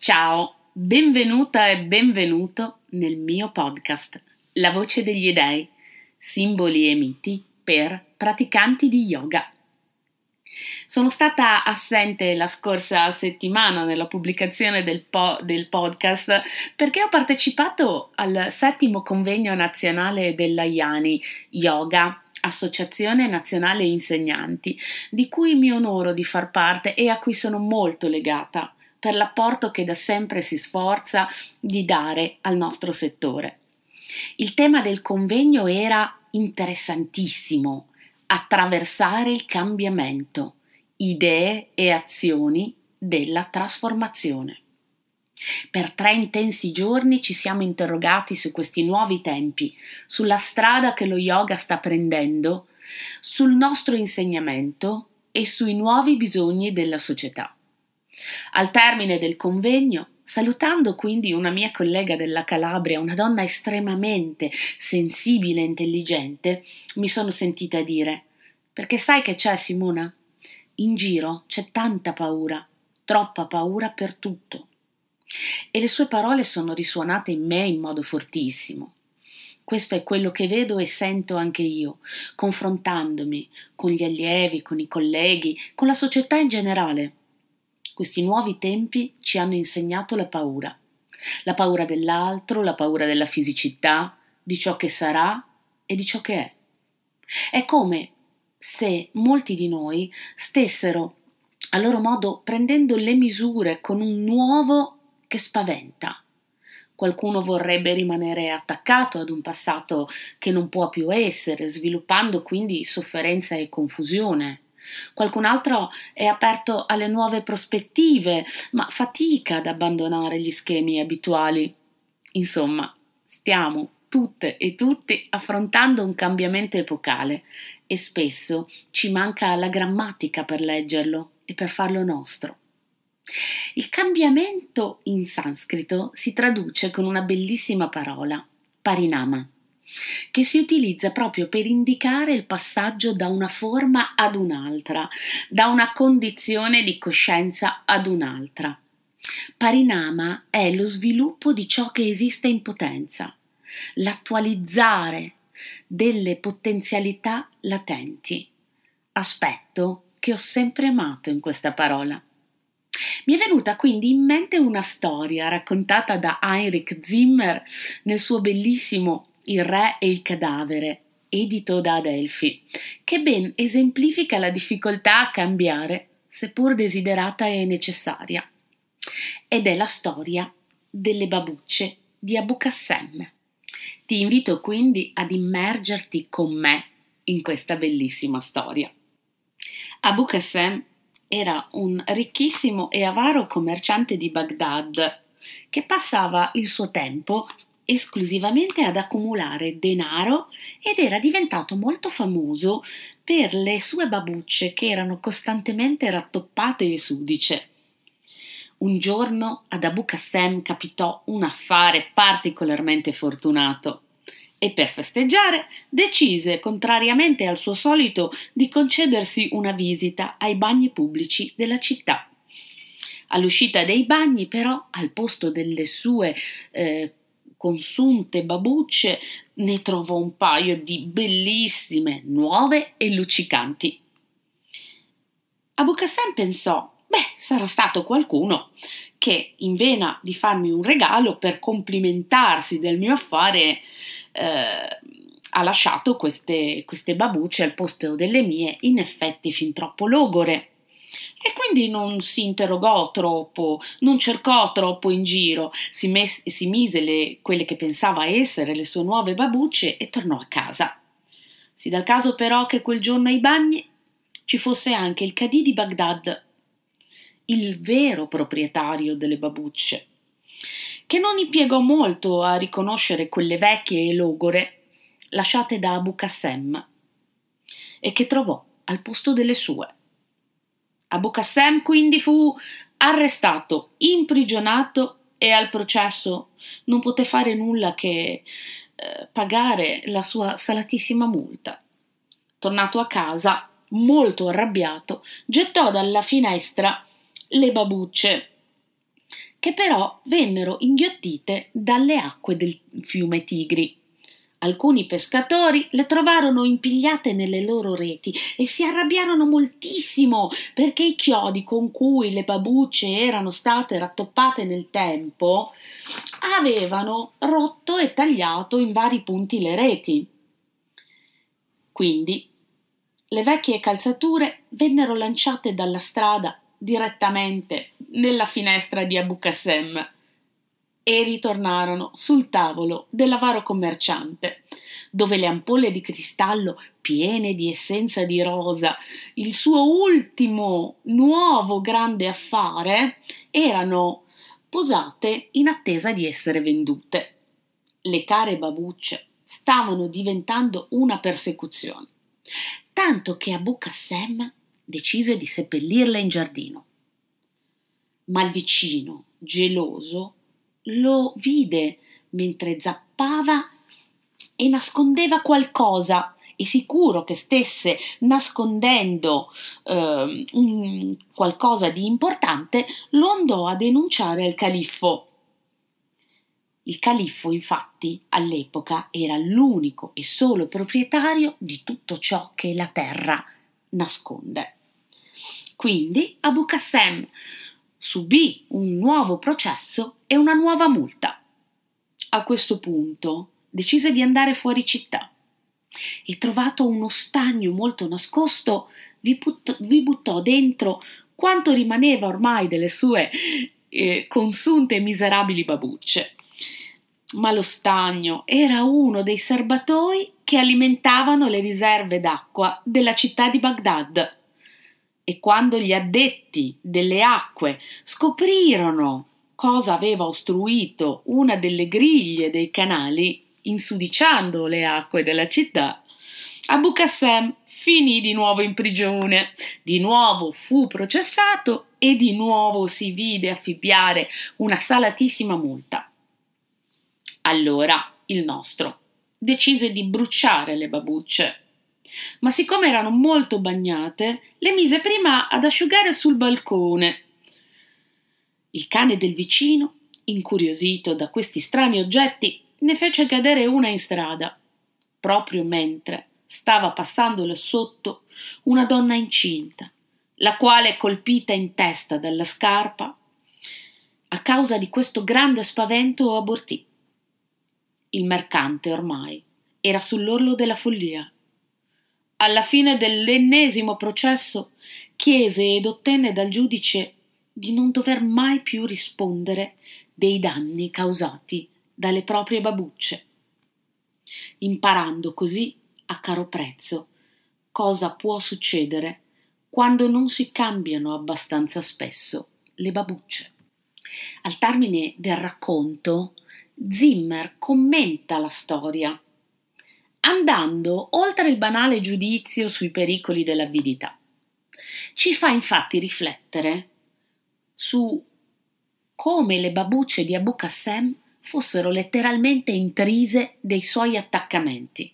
Ciao, benvenuta e benvenuto nel mio podcast, La voce degli dei, simboli e miti per praticanti di yoga. Sono stata assente la scorsa settimana nella pubblicazione del podcast perché ho partecipato al 7° convegno nazionale della IANI, Yoga, Associazione Nazionale Insegnanti, di cui mi onoro di far parte e a cui sono molto legata per l'apporto che da sempre si sforza di dare al nostro settore. Il tema del convegno era interessantissimo: attraversare il cambiamento, idee e azioni della trasformazione. Per 3 intensi giorni ci siamo interrogati su questi nuovi tempi, sulla strada che lo yoga sta prendendo, sul nostro insegnamento e sui nuovi bisogni della società. Al termine del convegno, salutando quindi una mia collega della Calabria, una donna estremamente sensibile e intelligente, mi sono sentita dire: perché sai che c'è, Simona? In giro c'è tanta paura, troppa paura per tutto. E le sue parole sono risuonate in me in modo fortissimo. Questo è quello che vedo e sento anche io, confrontandomi con gli allievi, con i colleghi, con la società in generale. Questi nuovi tempi ci hanno insegnato la paura dell'altro, la paura della fisicità, di ciò che sarà e di ciò che è. È come se molti di noi stessero, a loro modo, prendendo le misure con un nuovo che spaventa. Qualcuno vorrebbe rimanere attaccato ad un passato che non può più essere, sviluppando quindi sofferenza e confusione. Qualcun altro è aperto alle nuove prospettive, ma fatica ad abbandonare gli schemi abituali. Insomma, stiamo tutte e tutti affrontando un cambiamento epocale e spesso ci manca la grammatica per leggerlo e per farlo nostro. Il cambiamento in sanscrito si traduce con una bellissima parola, parinama, che si utilizza proprio per indicare il passaggio da una forma ad un'altra, da una condizione di coscienza ad un'altra. Parinama è lo sviluppo di ciò che esiste in potenza, l'attualizzare delle potenzialità latenti, aspetto che ho sempre amato in questa parola. Mi è venuta quindi in mente una storia raccontata da Heinrich Zimmer nel suo bellissimo Il re e il cadavere, edito da Adelphi, che ben esemplifica la difficoltà a cambiare, seppur desiderata e necessaria. Ed è la storia delle babucce di Abu Qassem. Ti invito quindi ad immergerti con me in questa bellissima storia. Abu Qassem era un ricchissimo e avaro commerciante di Baghdad che passava il suo tempo esclusivamente ad accumulare denaro ed era diventato molto famoso per le sue babucce che erano costantemente rattoppate e sudice. Un giorno ad Abu Qassem capitò un affare particolarmente fortunato e per festeggiare decise, contrariamente al suo solito, di concedersi una visita ai bagni pubblici della città. All'uscita dei bagni, però, al posto delle sue consunte babucce, ne trovò un paio di bellissime, nuove e luccicanti. Abu Qassem pensò: sarà stato qualcuno che, in vena di farmi un regalo per complimentarsi del mio affare, ha lasciato queste babucce al posto delle mie, in effetti fin troppo logore. E quindi non si interrogò troppo, non cercò troppo in giro, si mise quelle che pensava essere le sue nuove babucce e tornò a casa. Si dà il caso però che quel giorno ai bagni ci fosse anche il Cadì di Baghdad, il vero proprietario delle babucce, che non impiegò molto a riconoscere quelle vecchie e logore lasciate da Abu Qassem e che trovò al posto delle sue. Abu Qassem quindi fu arrestato, imprigionato e al processo non poté fare nulla che pagare la sua salatissima multa. Tornato a casa, molto arrabbiato, gettò dalla finestra le babucce che però vennero inghiottite dalle acque del fiume Tigri. Alcuni pescatori le trovarono impigliate nelle loro reti e si arrabbiarono moltissimo perché i chiodi con cui le babbucce erano state rattoppate nel tempo avevano rotto e tagliato in vari punti le reti. Quindi le vecchie calzature vennero lanciate dalla strada direttamente nella finestra di Abu Qassem e ritornarono sul tavolo dell'avaro commerciante, dove le ampolle di cristallo piene di essenza di rosa, il suo ultimo nuovo grande affare, erano posate in attesa di essere vendute. Le care babbucce stavano diventando una persecuzione, tanto che Abu Qassem decise di seppellirle in giardino. Ma il vicino, geloso, lo vide mentre zappava e nascondeva qualcosa, e sicuro che stesse nascondendo qualcosa di importante, lo andò a denunciare al califfo. Il califfo, infatti, all'epoca era l'unico e solo proprietario di tutto ciò che la terra nasconde. Quindi Abu Qassem subì un nuovo processo e una nuova multa. A questo punto decise di andare fuori città e, trovato uno stagno molto nascosto, vi buttò dentro quanto rimaneva ormai delle sue consunte e miserabili babbucce. Ma lo stagno era uno dei serbatoi che alimentavano le riserve d'acqua della città di Baghdad. E quando gli addetti delle acque scoprirono cosa aveva ostruito una delle griglie dei canali, insudiciando le acque della città, Abu Qassem finì di nuovo in prigione, di nuovo fu processato e di nuovo si vide affibbiare una salatissima multa. Allora il nostro decise di bruciare le babbucce, ma siccome erano molto bagnate, le mise prima ad asciugare sul balcone. Il cane del vicino, incuriosito da questi strani oggetti, ne fece cadere una in strada, proprio mentre stava passando là sotto una donna incinta, la quale, colpita in testa dalla scarpa, a causa di questo grande spavento abortì. Il mercante ormai era sull'orlo della follia. Alla fine dell'ennesimo processo chiese ed ottenne dal giudice di non dover mai più rispondere dei danni causati dalle proprie babbucce, imparando così a caro prezzo cosa può succedere quando non si cambiano abbastanza spesso le babbucce. Al termine del racconto, Zimmer commenta la storia, andando oltre il banale giudizio sui pericoli dell'avidità. Ci fa infatti riflettere su come le babbucce di Abu Qassem fossero letteralmente intrise dei suoi attaccamenti,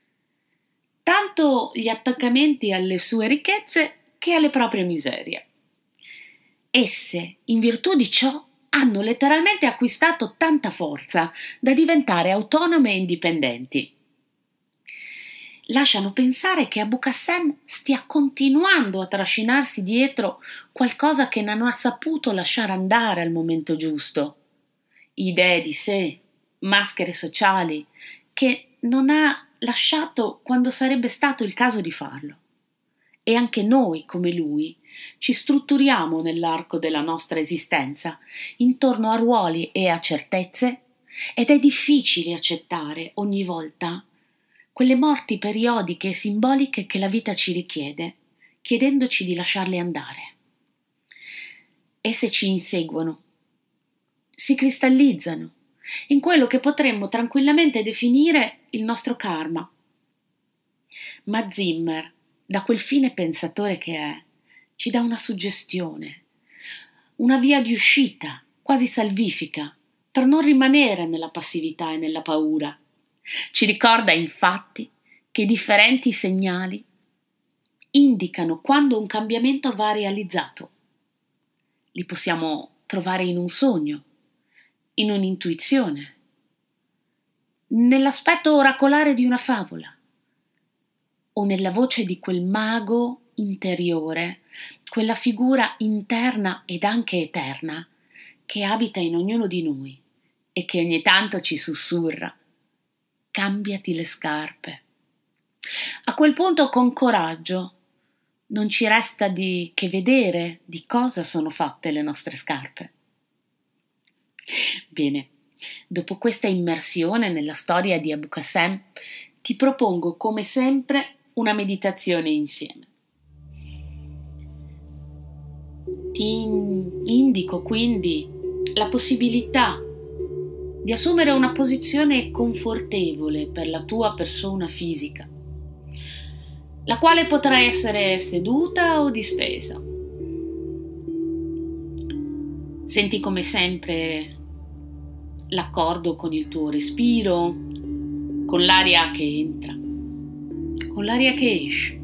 tanto gli attaccamenti alle sue ricchezze che alle proprie miserie. Esse, in virtù di ciò, hanno letteralmente acquistato tanta forza da diventare autonome e indipendenti. Lasciano pensare che Abu Qassem stia continuando a trascinarsi dietro qualcosa che non ha saputo lasciare andare al momento giusto. Idee di sé, maschere sociali, che non ha lasciato quando sarebbe stato il caso di farlo. E anche noi, come lui, ci strutturiamo nell'arco della nostra esistenza intorno a ruoli e a certezze, ed è difficile accettare ogni volta quelle morti periodiche e simboliche che la vita ci richiede, chiedendoci di lasciarle andare. Esse ci inseguono, si cristallizzano in quello che potremmo tranquillamente definire il nostro karma. Ma Zimmer, da quel fine pensatore che è, ci dà una suggestione, una via di uscita quasi salvifica per non rimanere nella passività e nella paura. Ci ricorda infatti che differenti segnali indicano quando un cambiamento va realizzato. Li possiamo trovare in un sogno, in un'intuizione, nell'aspetto oracolare di una favola o nella voce di quel mago interiore, quella figura interna ed anche eterna che abita in ognuno di noi e che ogni tanto ci sussurra: cambiati le scarpe. A quel punto, con coraggio, non ci resta che vedere di cosa sono fatte le nostre scarpe. Bene, dopo questa immersione nella storia di Abu Qasim, ti propongo come sempre una meditazione insieme. Ti indico quindi la possibilità di assumere una posizione confortevole per la tua persona fisica, la quale potrà essere seduta o distesa. Senti come sempre l'accordo con il tuo respiro, con l'aria che entra, con l'aria che esce.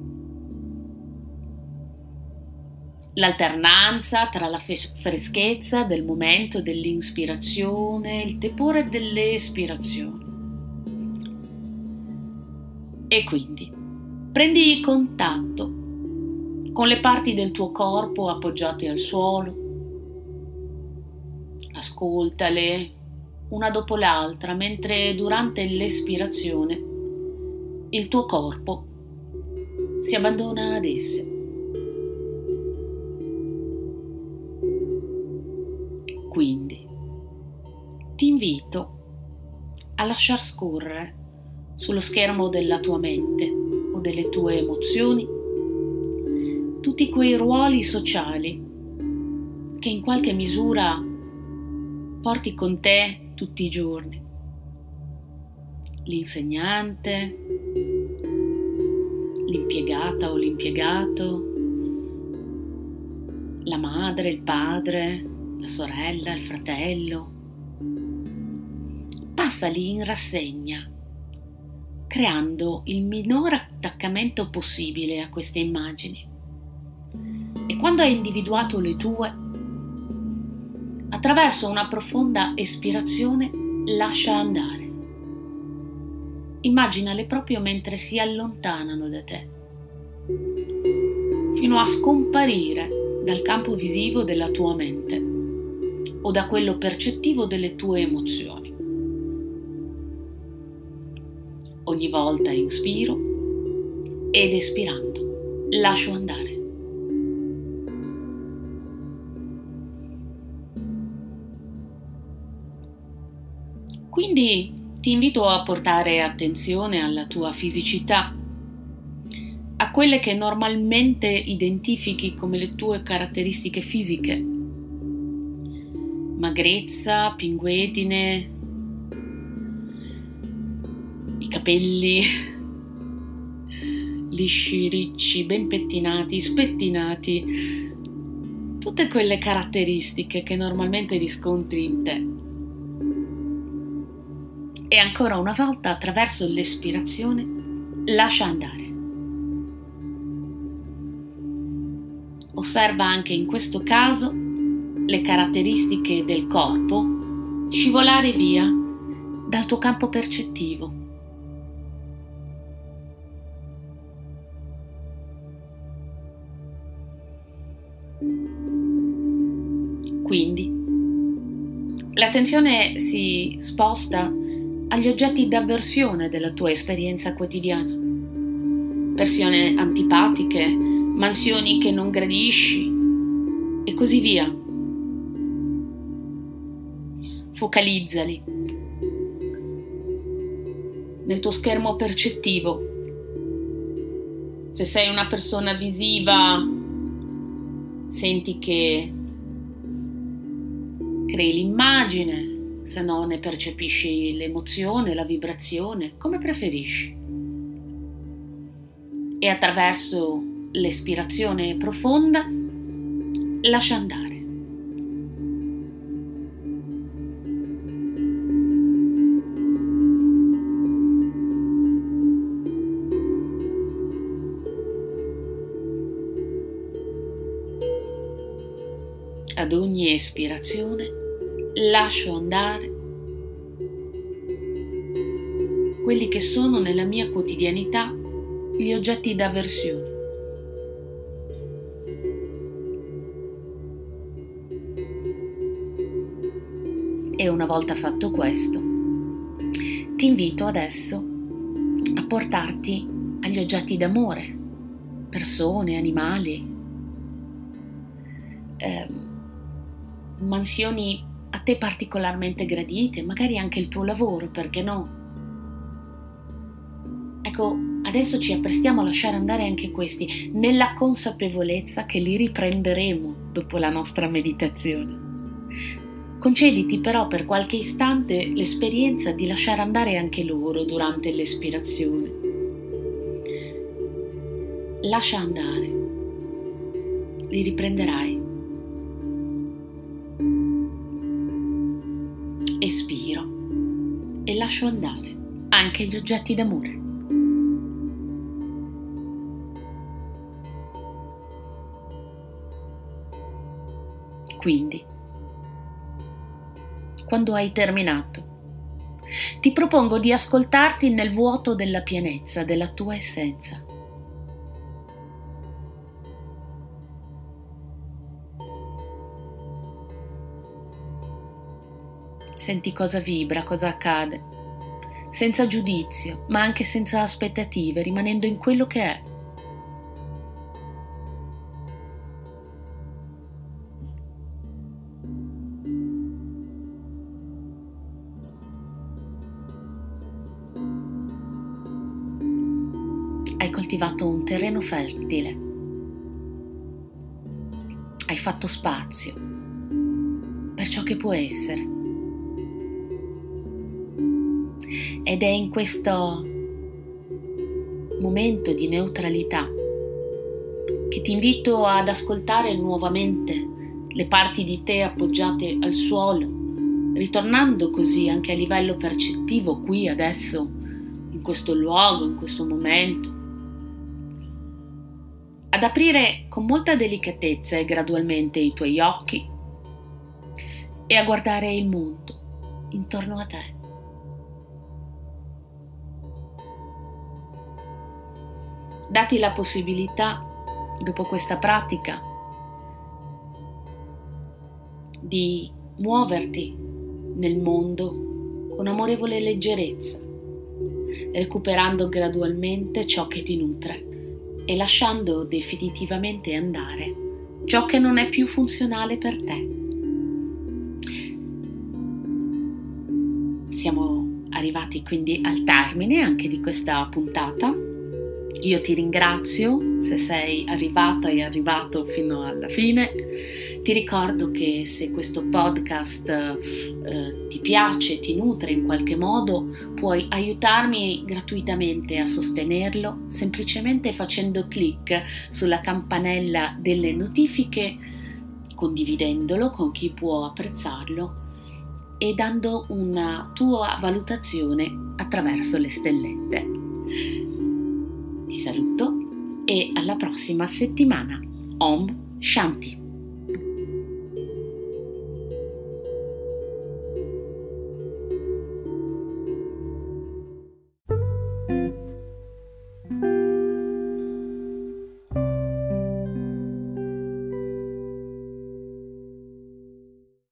L'alternanza tra la freschezza del momento dell'inspirazione e il tepore dell'espirazione. E quindi prendi contatto con le parti del tuo corpo appoggiate al suolo, ascoltale una dopo l'altra, mentre durante l'espirazione il tuo corpo si abbandona ad esse. Quindi ti invito a lasciar scorrere sullo schermo della tua mente o delle tue emozioni tutti quei ruoli sociali che in qualche misura porti con te tutti i giorni. L'insegnante, l'impiegata o l'impiegato, la madre, il padre, la sorella, il fratello. Passali in rassegna, creando il minor attaccamento possibile a queste immagini. E quando hai individuato le tue, attraverso una profonda espirazione, lascia andare. Immaginale proprio mentre si allontanano da te, fino a scomparire dal campo visivo della tua mente o da quello percettivo delle tue emozioni. Ogni volta inspiro ed espirando lascio andare. Quindi ti invito a portare attenzione alla tua fisicità, a quelle che normalmente identifichi come le tue caratteristiche fisiche: magrezza, pinguedine, i capelli lisci, ricci, ben pettinati, spettinati, tutte quelle caratteristiche che normalmente riscontri in te. E ancora una volta, attraverso l'espirazione, lascia andare. Osserva anche in questo caso le caratteristiche del corpo scivolare via dal tuo campo percettivo. Quindi l'attenzione si sposta agli oggetti d'avversione della tua esperienza quotidiana, persone antipatiche, mansioni che non gradisci e così via. Focalizzali nel tuo schermo percettivo. Se sei una persona visiva, senti che crei l'immagine, se no ne percepisci l'emozione, la vibrazione, come preferisci. E attraverso l'espirazione profonda lascia andare. ad ogni espirazione lascio andare quelli che sono nella mia quotidianità gli oggetti d'avversione. E una volta fatto questo, ti invito adesso a portarti agli oggetti d'amore, persone, animali, mansioni a te particolarmente gradite, magari anche il tuo lavoro, perché no? Ecco, adesso ci apprestiamo a lasciare andare anche questi, nella consapevolezza che li riprenderemo dopo la nostra meditazione. Concediti però per qualche istante l'esperienza di lasciare andare anche loro durante l'espirazione. Lascia andare, li riprenderai. Espiro e lascio andare anche gli oggetti d'amore. Quindi, quando hai terminato, ti propongo di ascoltarti nel vuoto della pienezza, della tua essenza. Senti cosa vibra, cosa accade, senza giudizio, ma anche senza aspettative, rimanendo in quello che è. Hai coltivato un terreno fertile, hai fatto spazio per ciò che può essere. Ed è in questo momento di neutralità che ti invito ad ascoltare nuovamente le parti di te appoggiate al suolo, ritornando così anche a livello percettivo qui, adesso, in questo luogo, in questo momento. Ad aprire con molta delicatezza e gradualmente i tuoi occhi e a guardare il mondo intorno a te. Dati la possibilità, dopo questa pratica, di muoverti nel mondo con amorevole leggerezza, recuperando gradualmente ciò che ti nutre e lasciando definitivamente andare ciò che non è più funzionale per te. Siamo arrivati quindi al termine anche di questa puntata. Io ti ringrazio se sei arrivata e arrivato fino alla fine. Ti ricordo che se questo podcast ti piace, ti nutre in qualche modo, puoi aiutarmi gratuitamente a sostenerlo semplicemente facendo clic sulla campanella delle notifiche, condividendolo con chi può apprezzarlo e dando una tua valutazione attraverso le stellette. Ti saluto e alla prossima settimana. Om Shanti.